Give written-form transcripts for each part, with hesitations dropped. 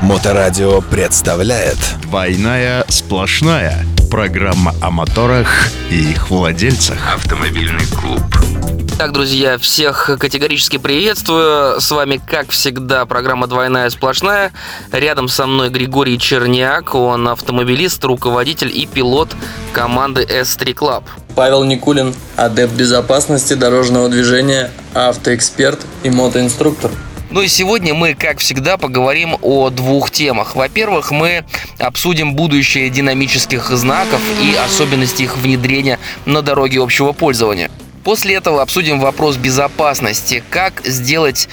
Моторадио представляет «Двойная сплошная». Программа о моторах и их владельцах. Автомобильный клуб. Так, друзья, всех категорически приветствую. С вами, как всегда, программа «Двойная сплошная». Рядом со мной Григорий Черняк. Он автомобилист, руководитель и пилот команды S3 Club. Павел Никулин, адепт безопасности дорожного движения, автоэксперт и мотоинструктор. Ну и сегодня мы, как всегда, поговорим о двух темах. Во-первых, мы обсудим будущее динамических знаков и особенности их внедрения на дороге общего пользования. После этого обсудим вопрос безопасности. Как сделать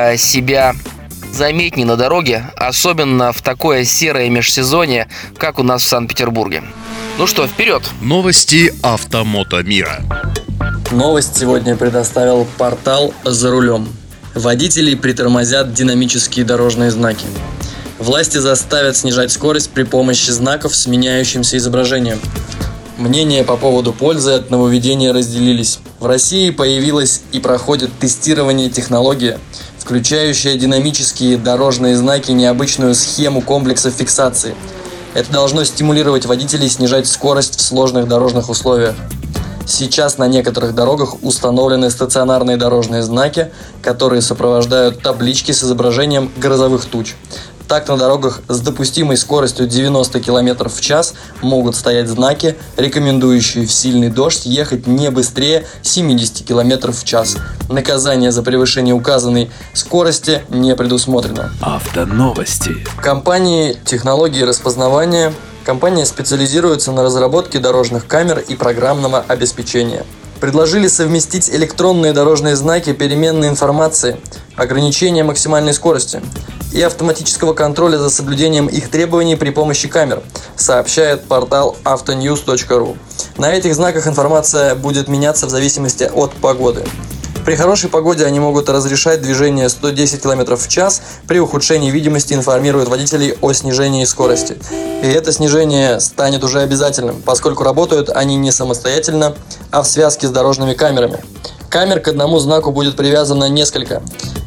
себя заметнее на дороге, особенно в такое серое межсезонье, как у нас в Санкт-Петербурге. Ну что, вперед! Новости автомото мира. Новость сегодня предоставил портал «За рулем». Водителей притормозят динамические дорожные знаки. Власти заставят снижать скорость при помощи знаков с меняющимся изображением. Мнения по поводу пользы от нововведения разделились. В России появилась и проходит тестирование технологии, включающая динамические дорожные знаки, необычную схему комплекса фиксации. Это должно стимулировать водителей снижать скорость в сложных дорожных условиях. Сейчас на некоторых дорогах установлены стационарные дорожные знаки, которые сопровождают таблички с изображением грозовых туч. Так, на дорогах с допустимой скоростью 90 км в час могут стоять знаки, рекомендующие в сильный дождь ехать не быстрее 70 км в час. Наказание за превышение указанной скорости не предусмотрено. Автоновости. Компании технологии распознавания. Компания специализируется на разработке дорожных камер и программного обеспечения. Предложили совместить электронные дорожные знаки переменной информации, ограничения максимальной скорости и автоматического контроля за соблюдением их требований при помощи камер, сообщает портал autonews.ru. На этих знаках информация будет меняться в зависимости от погоды. При хорошей погоде они могут разрешать движение 110 км в час, при ухудшении видимости информируют водителей о снижении скорости. И это снижение станет уже обязательным, поскольку работают они не самостоятельно, а в связке с дорожными камерами. Камер к одному знаку будет привязано несколько.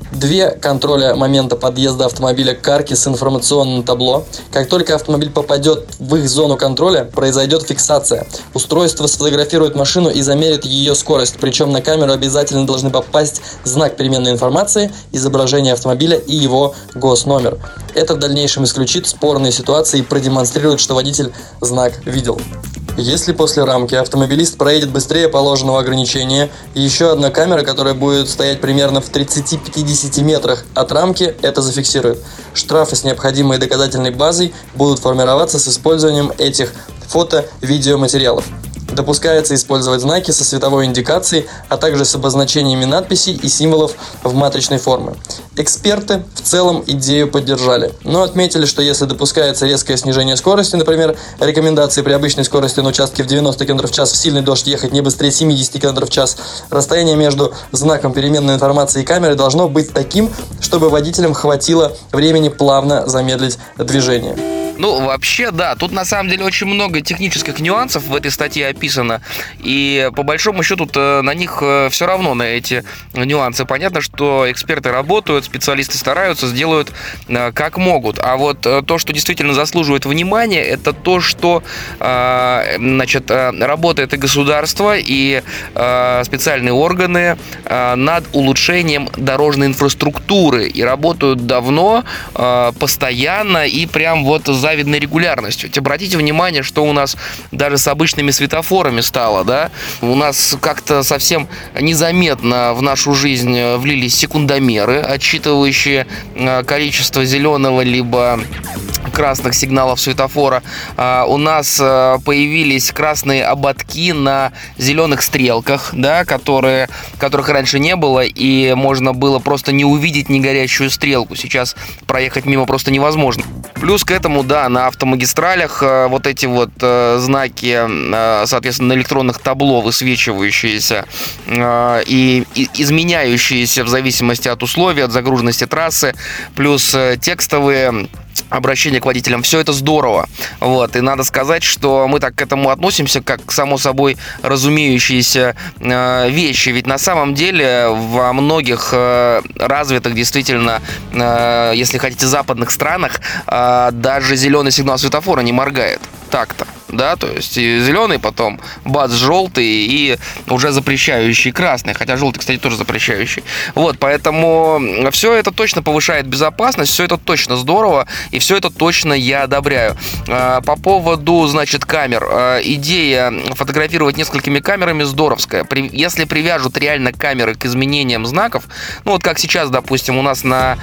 2 контроля момента подъезда автомобиля к арке с информационным табло. Как только автомобиль попадет в их зону контроля, произойдет фиксация. Устройство сфотографирует машину и замерит ее скорость, причем на камеру обязательно должны попасть знак переменной информации, изображение автомобиля и его госномер. Это в дальнейшем исключит спорные ситуации и продемонстрирует, что водитель знак видел. Если после рамки автомобилист проедет быстрее положенного ограничения, еще одна камера, которая будет стоять примерно в 30-50 метрах от рамки, это зафиксирует. Штрафы с необходимой доказательной базой будут формироваться с использованием этих фото-видеоматериалов. Допускается использовать знаки со световой индикацией, а также с обозначениями надписей и символов в матричной форме. Эксперты в целом идею поддержали, но отметили, что если допускается резкое снижение скорости, например, рекомендации при обычной скорости на участке в 90 км в час в сильный дождь ехать не быстрее 70 км в час, расстояние между знаком переменной информации и камерой должно быть таким, чтобы водителям хватило времени плавно замедлить движение. Ну, вообще, да, тут на самом деле очень много технических нюансов в этой статье описано, и по большому счету на них все равно, на эти нюансы. Понятно, что эксперты работают, специалисты стараются, сделают как могут. А вот то, что действительно заслуживает внимания, это то, что работает и государство, и специальные органы над улучшением дорожной инфраструктуры, и работают давно, постоянно, и прям вот с завидной регулярностью. Обратите внимание, что у нас даже с обычными светофорами стало, да? У нас как-то совсем незаметно в нашу жизнь влились секундомеры, отсчитывающие количество зеленого либо красных сигналов светофора. У нас появились красные ободки на зеленых стрелках, да, которых раньше не было, и можно было просто не увидеть негорящую стрелку. Сейчас проехать мимо просто невозможно. Плюс к этому, да, на автомагистралях вот эти вот знаки, соответственно, на электронных табло высвечивающиеся и изменяющиеся в зависимости от условий, от загруженности трассы, плюс текстовые обращение к водителям. Все это здорово. Вот. И надо сказать, что мы так к этому относимся, как к само собой разумеющиеся вещи. Ведь на самом деле во многих развитых, действительно, если хотите, западных странах даже зеленый сигнал светофора не моргает. Так-то. Да, то есть зеленый, потом бац, желтый и уже запрещающий красный, хотя желтый, кстати, тоже запрещающий. Вот, поэтому все это точно повышает безопасность, все это точно здорово, и все это точно я одобряю. По поводу, значит, камер. Идея фотографировать несколькими камерами здоровская. Если привяжут реально камеры к изменениям знаков, ну вот как сейчас, допустим, у нас на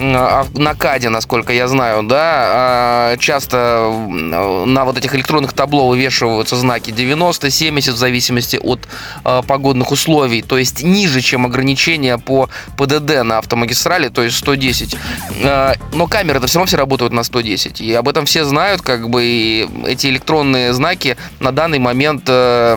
КАДе, насколько я знаю, да, часто на вот этих электронных табло вывешиваются знаки 90, 70 в зависимости от погодных условий, то есть ниже, чем ограничение по ПДД на автомагистрали, то есть 110. Но камеры-то все равно все работают на 110, и об этом все знают, как бы, и эти электронные знаки на данный момент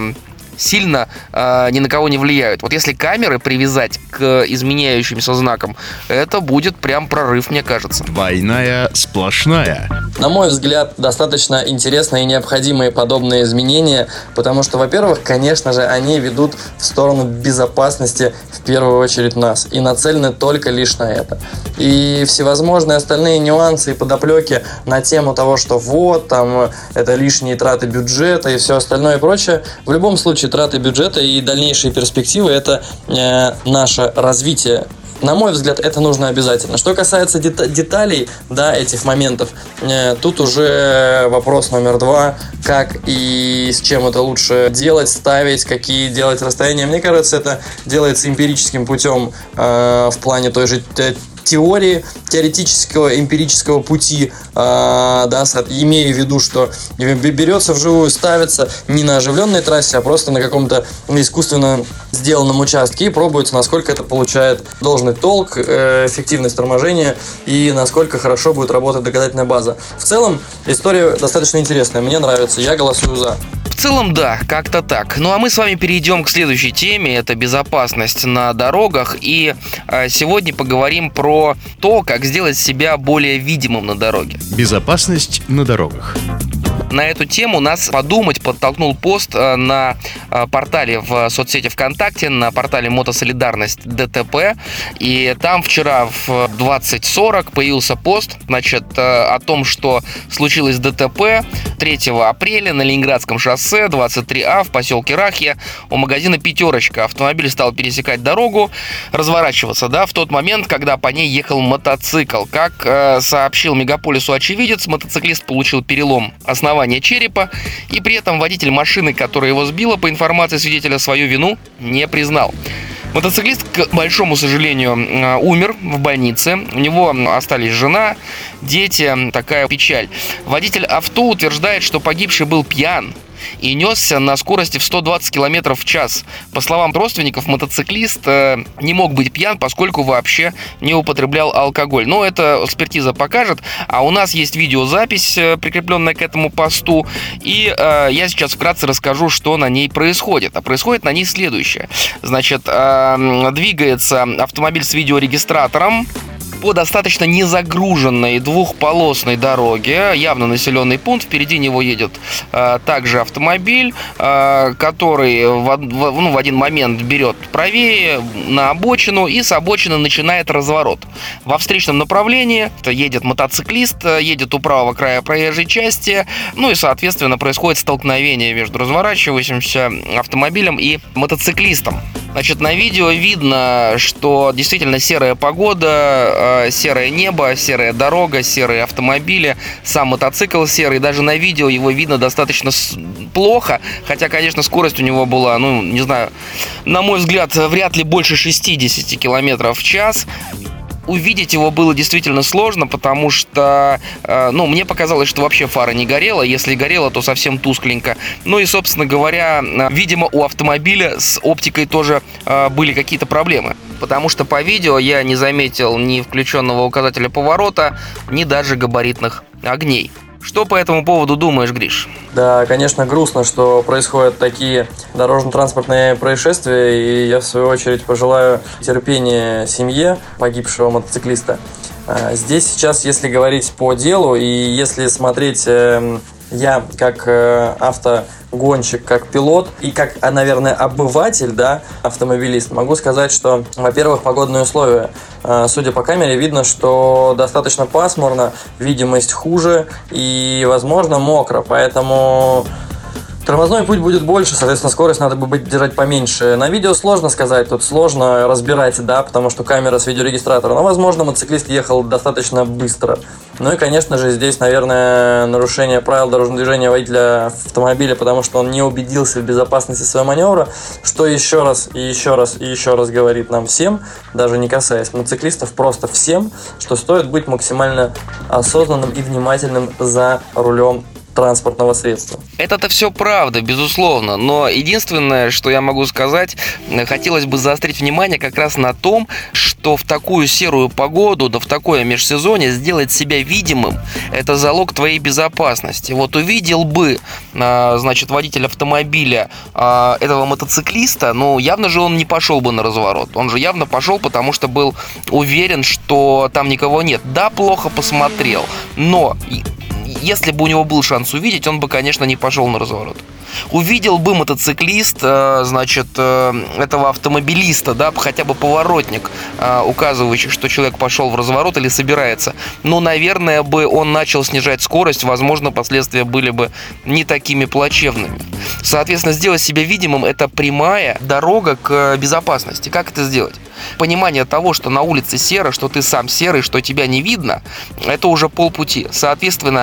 сильно ни на кого не влияют. Вот если камеры привязать к изменяющимся знакам, это будет прям прорыв, мне кажется. Двойная сплошная. На мой взгляд, достаточно интересные и необходимые подобные изменения, потому что, во-первых, конечно же, они ведут в сторону безопасности в первую очередь нас и нацелены только лишь на это. И всевозможные остальные нюансы и подоплеки на тему того, что вот, там, это лишние траты бюджета и все остальное и прочее, в любом случае траты бюджета и дальнейшие перспективы – это наше развитие. На мой взгляд, это нужно обязательно. Что касается деталей, да, этих моментов, тут уже вопрос номер 2, как и с чем это лучше делать, ставить, какие делать расстояния. Мне кажется, это делается эмпирическим путем в плане той же теории, теоретического, эмпирического пути, да, имея в виду, что берется вживую, ставится не на оживленной трассе, а просто на каком-то искусственно сделанном участке и пробуется, насколько это получает должный толк, эффективность торможения и насколько хорошо будет работать доказательная база. В целом, история достаточно интересная, мне нравится, я голосую за. В целом, да, как-то так. Ну, а мы с вами перейдем к следующей теме. Это безопасность на дорогах. И сегодня поговорим про то, как сделать себя более видимым на дороге. Безопасность на дорогах. На эту тему нас подумать подтолкнул пост на портале в соцсети ВКонтакте, на портале Мотосолидарность ДТП. И там вчера в 20:40 появился пост, значит, о том, что случилось ДТП 3 апреля на Ленинградском шоссе 23А в поселке Рахья у магазина «Пятерочка». Автомобиль стал пересекать дорогу, разворачиваться, да, в тот момент, когда по ней ехал мотоцикл. Как сообщил Мегаполису очевидец, мотоциклист получил перелом основания черепа, и при этом водитель машины, которая его сбила, по информации свидетеля, свою вину не признал. Мотоциклист, к большому сожалению, умер в больнице. У него остались жена, дети. Такая печаль. Водитель авто утверждает, что погибший был пьян и несся на скорости в 120 км в час. По словам родственников, мотоциклист не мог быть пьян, поскольку вообще не употреблял алкоголь. Но это экспертиза покажет. А у нас есть видеозапись, прикрепленная к этому посту. И я сейчас вкратце расскажу, что на ней происходит. А происходит на ней следующее. Значит, двигается автомобиль с видеорегистратором по достаточно незагруженной двухполосной дороге, явно населенный пункт. Впереди него едет также автомобиль, который в один момент берет правее на обочину, и с обочины начинает разворот. Во встречном направлении едет мотоциклист, едет у правого края проезжей части, ну и, соответственно, происходит столкновение между разворачивающимся автомобилем и мотоциклистом. Значит, на видео видно, что действительно серая погода, серое небо, серая дорога, серые автомобили, сам мотоцикл серый. Даже на видео его видно достаточно плохо, хотя, конечно, скорость у него была, ну, не знаю, на мой взгляд, вряд ли больше 60 км в час. Увидеть его было действительно сложно, потому что, мне показалось, что вообще фара не горела. Если горела, то совсем тускленько. Ну и, собственно говоря, видимо, у автомобиля с оптикой тоже были какие-то проблемы. Потому что по видео я не заметил ни включенного указателя поворота, ни даже габаритных огней. Что по этому поводу думаешь, Гриш? Да, конечно, грустно, что происходят такие дорожно-транспортные происшествия, и я, в свою очередь, пожелаю терпения семье погибшего мотоциклиста. Здесь сейчас, если говорить по делу и если смотреть я как автогонщик, как пилот и как, наверное, обыватель, да, автомобилист, могу сказать, что, во-первых, погодные условия. Судя по камере, видно, что достаточно пасмурно, видимость хуже и, возможно, мокро, поэтому тормозной путь будет больше, соответственно, скорость надо бы держать поменьше. На видео сложно сказать, тут сложно разбирать, да, потому что камера с видеорегистратора. Но, возможно, мотоциклист ехал достаточно быстро. Ну и, конечно же, здесь, наверное, нарушение правил дорожного движения водителя автомобиля, потому что он не убедился в безопасности своего маневра, что еще раз и еще раз и еще раз говорит нам всем, даже не касаясь мотоциклистов, просто всем, что стоит быть максимально осознанным и внимательным за рулем транспортного средства. Это-то все правда, безусловно, но единственное, что я могу сказать, хотелось бы заострить внимание как раз на том, что в такую серую погоду, да в такое межсезонье сделать себя видимым – это залог твоей безопасности. Вот увидел бы, значит, водитель автомобиля этого мотоциклиста, ну, явно же он не пошел бы на разворот. Он же явно пошел, потому что был уверен, что там никого нет. Да, плохо посмотрел, но если бы у него был шанс увидеть, он бы, конечно, не пошел на разворот. Увидел бы мотоциклист, значит, этого автомобилиста, да, хотя бы поворотник, указывающий, что человек пошел в разворот или собирается, ну, наверное, бы он начал снижать скорость, возможно, последствия были бы не такими плачевными. Соответственно, сделать себя видимым – это прямая дорога к безопасности. Как это сделать? Понимание того, что на улице серо, что ты сам серый, что тебя не видно, это уже полпути. Соответственно,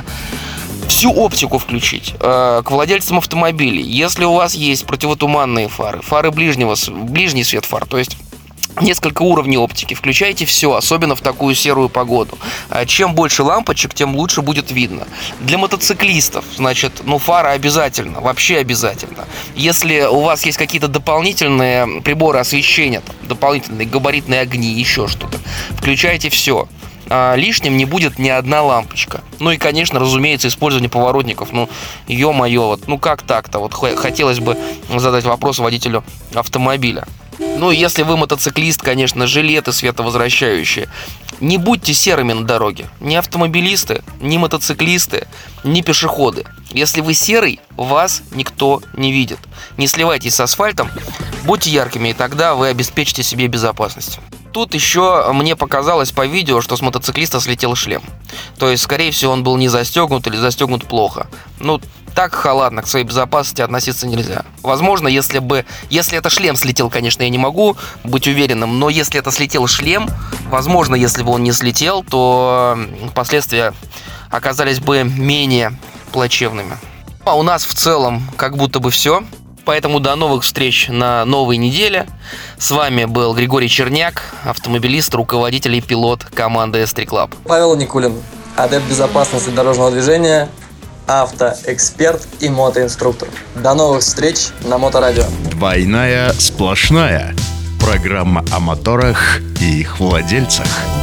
всю оптику включить к владельцам автомобилей. Если у вас есть противотуманные фары, фары ближний свет фар, то есть несколько уровней оптики, включайте все, особенно в такую серую погоду. Чем больше лампочек, тем лучше будет видно. Для мотоциклистов, значит, ну, фары обязательно, вообще обязательно. Если у вас есть какие-то дополнительные приборы освещения, там, дополнительные габаритные огни, еще что-то, включайте все. Лишним не будет ни одна лампочка. Ну и, конечно, разумеется, использование поворотников. Ну, ё-моё, вот, ну как так-то? Вот хотелось бы задать вопрос водителю автомобиля. Ну, если вы мотоциклист, конечно, жилеты световозвращающие. Не будьте серыми на дороге. Ни автомобилисты, ни мотоциклисты, ни пешеходы. Если вы серый, вас никто не видит. Не сливайтесь с асфальтом, будьте яркими, и тогда вы обеспечите себе безопасность. Тут еще мне показалось по видео, что с мотоциклиста слетел шлем. То есть, скорее всего, он был не застегнут или застегнут плохо. Ну, так халатно к своей безопасности относиться нельзя. Возможно, если это шлем слетел, конечно, я не могу быть уверенным, но если это слетел шлем, возможно, если бы он не слетел, то последствия оказались бы менее плачевными. А у нас в целом как будто бы все. Поэтому до новых встреч на новой неделе. С вами был Григорий Черняк, автомобилист, руководитель и пилот команды S3 Club. Павел Никулин, адепт безопасности дорожного движения, автоэксперт и мотоинструктор. До новых встреч на Моторадио. Двойная сплошная. Программа о моторах и их владельцах.